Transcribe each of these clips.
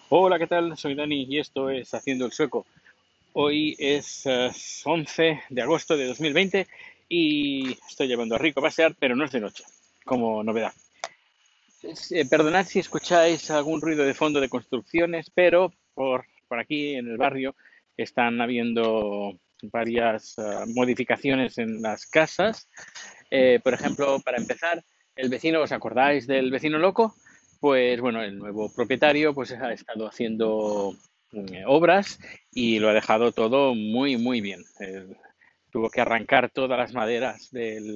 Hola, ¿qué tal? Soy Dani y esto es Haciendo el Sueco. Hoy es 11 de agosto de 2020 y estoy llevando a Rico a pasear, pero no es de noche, como novedad. Perdonad si escucháis algún ruido de fondo de construcciones, pero por aquí en el barrio están habiendo varias modificaciones en las casas. Por ejemplo, para empezar, el vecino, ¿os acordáis del vecino loco? Pues bueno, el nuevo propietario pues ha estado haciendo obras y lo ha dejado todo muy, muy bien. Tuvo que arrancar todas las maderas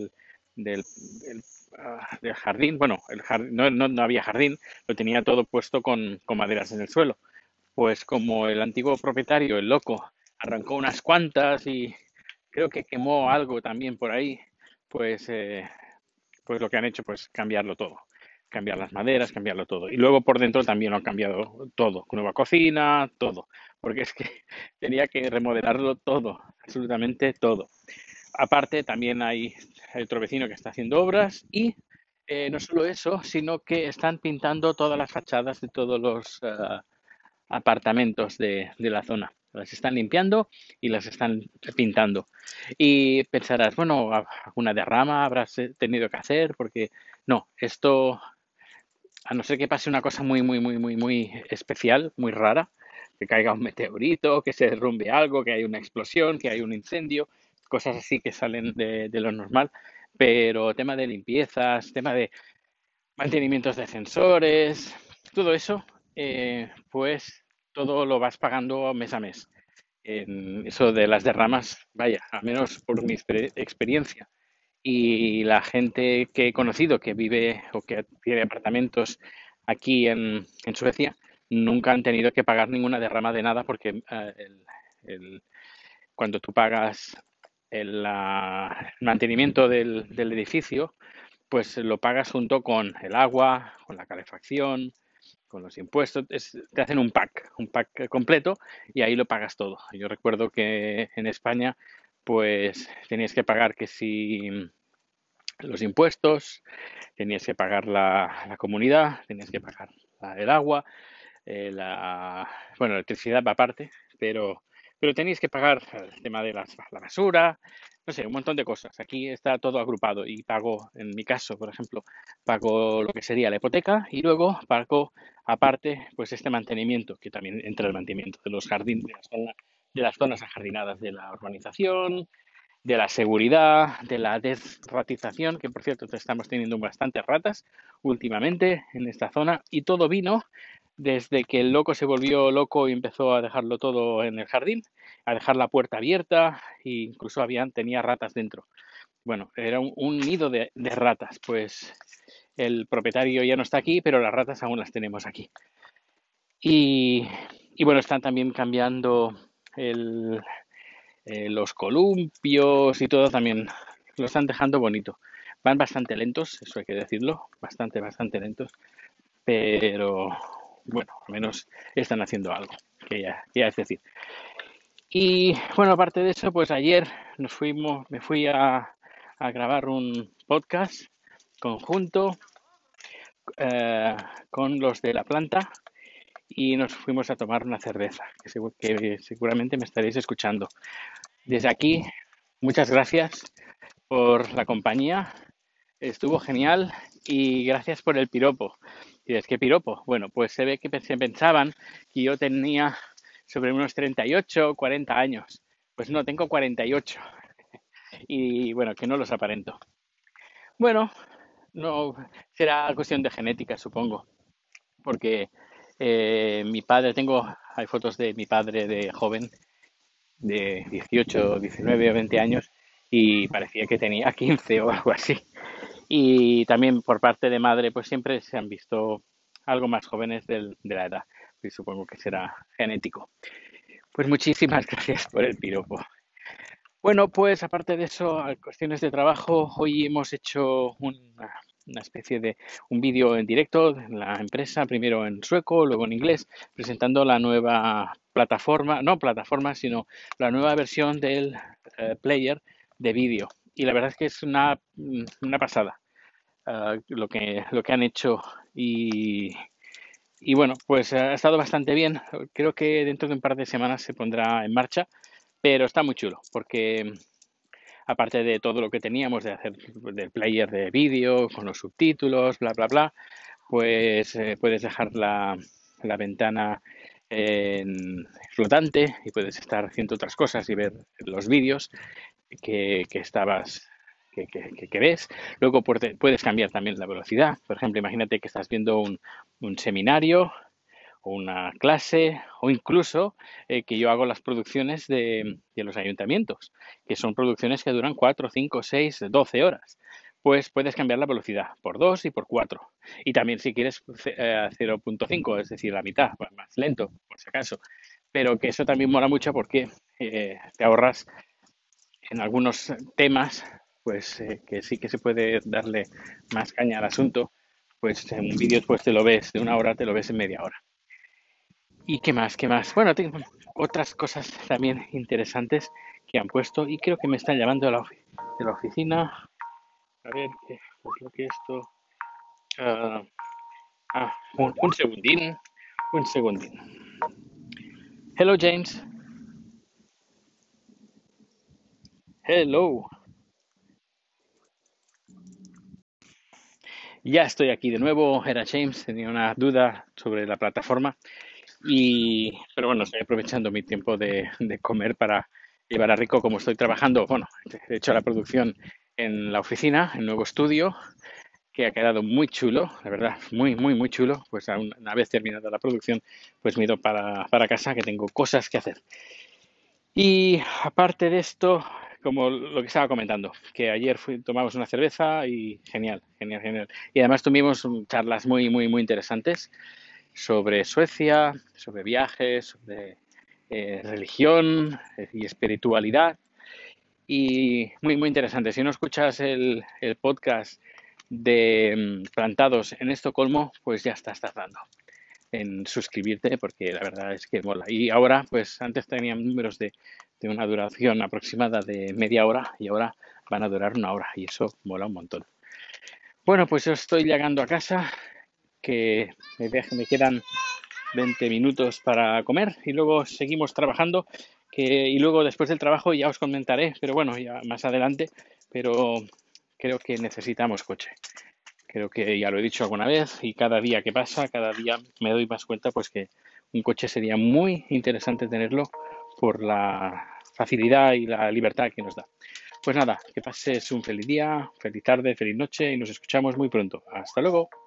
del jardín. Bueno, el jardín, no había jardín, lo tenía todo puesto con maderas en el suelo. Pues como el antiguo propietario, el loco, arrancó unas cuantas y creo que quemó algo también por ahí, pues pues lo que han hecho pues cambiarlo todo, cambiar las maderas, cambiarlo todo. Y luego por dentro también lo han cambiado todo, nueva cocina, todo, porque es que tenía que remodelarlo todo, absolutamente todo. Aparte también hay otro vecino que está haciendo obras y no solo eso, sino que están pintando todas las fachadas de todos los apartamentos de la zona. Las están limpiando y las están pintando. Y pensarás, bueno, alguna derrama habrás tenido que hacer, porque no, esto, a no ser que pase una cosa muy, muy, muy, muy, muy especial, muy rara, que caiga un meteorito, que se derrumbe algo, que hay una explosión, que hay un incendio, cosas así que salen de lo normal. Pero tema de limpiezas, tema de mantenimientos de sensores, todo eso, pues todo lo vas pagando mes a mes. En eso de las derramas, vaya, al menos por mi experiencia y la gente que he conocido que vive o que tiene apartamentos aquí en Suecia, nunca han tenido que pagar ninguna derrama de nada porque el- cuando tú pagas el mantenimiento del edificio, pues lo pagas junto con el agua, con la calefacción, con los impuestos. Te hacen un pack completo y ahí lo pagas todo. Yo recuerdo que en España, pues tenías que pagar que si los impuestos, tenías que pagar la comunidad, tenías que pagar el agua, bueno, electricidad aparte, pero tenéis que pagar el tema de la basura, no sé, un montón de cosas. Aquí está todo agrupado y pago, en mi caso, por ejemplo, pago lo que sería la hipoteca y luego pago aparte, pues este mantenimiento, que también entra el mantenimiento de los jardines, de las zonas ajardinadas de la urbanización, de la seguridad, de la desratización, que por cierto estamos teniendo bastantes ratas últimamente en esta zona, y todo vino desde que el loco se volvió loco y empezó a dejarlo todo en el jardín, a dejar la puerta abierta e incluso tenía ratas dentro. Bueno, era un nido de ratas, pues el propietario ya no está aquí, pero las ratas aún las tenemos aquí. Y, y bueno, están también cambiando el, los columpios y todo también lo están dejando bonito. Van bastante lentos, eso hay que decirlo, bastante, bastante lentos, pero bueno, al menos están haciendo algo, que ya es decir. Y bueno, aparte de eso, pues ayer me fui a grabar un podcast conjunto eh, con los de la planta y nos fuimos a tomar una cerveza, que seguramente me estaréis escuchando. Desde aquí, muchas gracias por la compañía, estuvo genial y gracias por el piropo. Y es que piropo, bueno, pues se ve que se pensaban que yo tenía sobre unos 38 o 40 años. Pues no, tengo 48 y bueno, que no los aparento. Bueno, no será cuestión de genética, supongo, porque mi padre, hay fotos de mi padre de joven, de 18, 19 o 20 años, y parecía que tenía 15 o algo así. Y también por parte de madre, pues siempre se han visto algo más jóvenes de la edad. Y supongo que será genético. Pues muchísimas gracias por el piropo. Bueno, pues aparte de eso, a cuestiones de trabajo, hoy hemos hecho una especie de un vídeo en directo en la empresa, primero en sueco, luego en inglés, presentando la nueva plataforma, no plataforma, sino la nueva versión del player de vídeo. Y la verdad es que es una pasada lo que han hecho y, Y bueno, pues ha estado bastante bien. Creo que dentro de un par de semanas se pondrá en marcha, pero está muy chulo porque aparte de todo lo que teníamos de hacer del player de vídeo con los subtítulos, bla, bla, bla, pues puedes dejar la ventana en flotante y puedes estar haciendo otras cosas y ver los vídeos que estabas que ves. Luego puedes cambiar también la velocidad. Por ejemplo, imagínate que estás viendo un seminario o una clase o incluso que yo hago las producciones de los ayuntamientos, que son producciones que duran 4, 5, 6, 12 horas. Pues puedes cambiar la velocidad por 2 y por 4. Y también si quieres 0.5, es decir, la mitad, pues más lento, por si acaso. Pero que eso también mola mucho porque te ahorras en algunos temas, pues que sí que se puede darle más caña al asunto. Pues en un vídeo pues te lo ves de una hora, te lo ves en media hora. ¿Y qué más? ¿Qué más? Bueno, tengo otras cosas también interesantes que han puesto y creo que me están llamando de la oficina. A ver, ¿qué es lo que esto? Ah, un segundín, un segundín. Hello, James. Hello. Ya estoy aquí de nuevo. Era James, tenía una duda sobre la plataforma pero bueno, estoy aprovechando mi tiempo de comer para llevar a Rico como estoy trabajando. Bueno, he hecho la producción en la oficina, en el nuevo estudio, que ha quedado muy chulo, la verdad, muy, muy, muy chulo. Pues una vez terminada la producción, pues me he ido para casa, que tengo cosas que hacer. Y aparte de esto, como lo que estaba comentando, que ayer tomamos una cerveza y genial, genial, genial. Y además tuvimos charlas muy, muy, muy interesantes sobre Suecia, sobre viajes, sobre religión y espiritualidad. Y muy, muy interesante. Si no escuchas el podcast de Plantados en Estocolmo, pues ya estás tardando en suscribirte porque la verdad es que mola. Y ahora, pues antes tenían números de una duración aproximada de media hora y ahora van a durar una hora y eso mola un montón. Bueno, pues yo estoy llegando a casa, que me quedan 20 minutos para comer y luego seguimos trabajando y luego después del trabajo ya os comentaré, pero bueno, ya más adelante, pero creo que necesitamos coche. Creo que ya lo he dicho alguna vez y cada día que pasa, cada día me doy más cuenta pues que un coche sería muy interesante tenerlo por la facilidad y la libertad que nos da. Pues nada, que pases un feliz día, feliz tarde, feliz noche y nos escuchamos muy pronto. Hasta luego.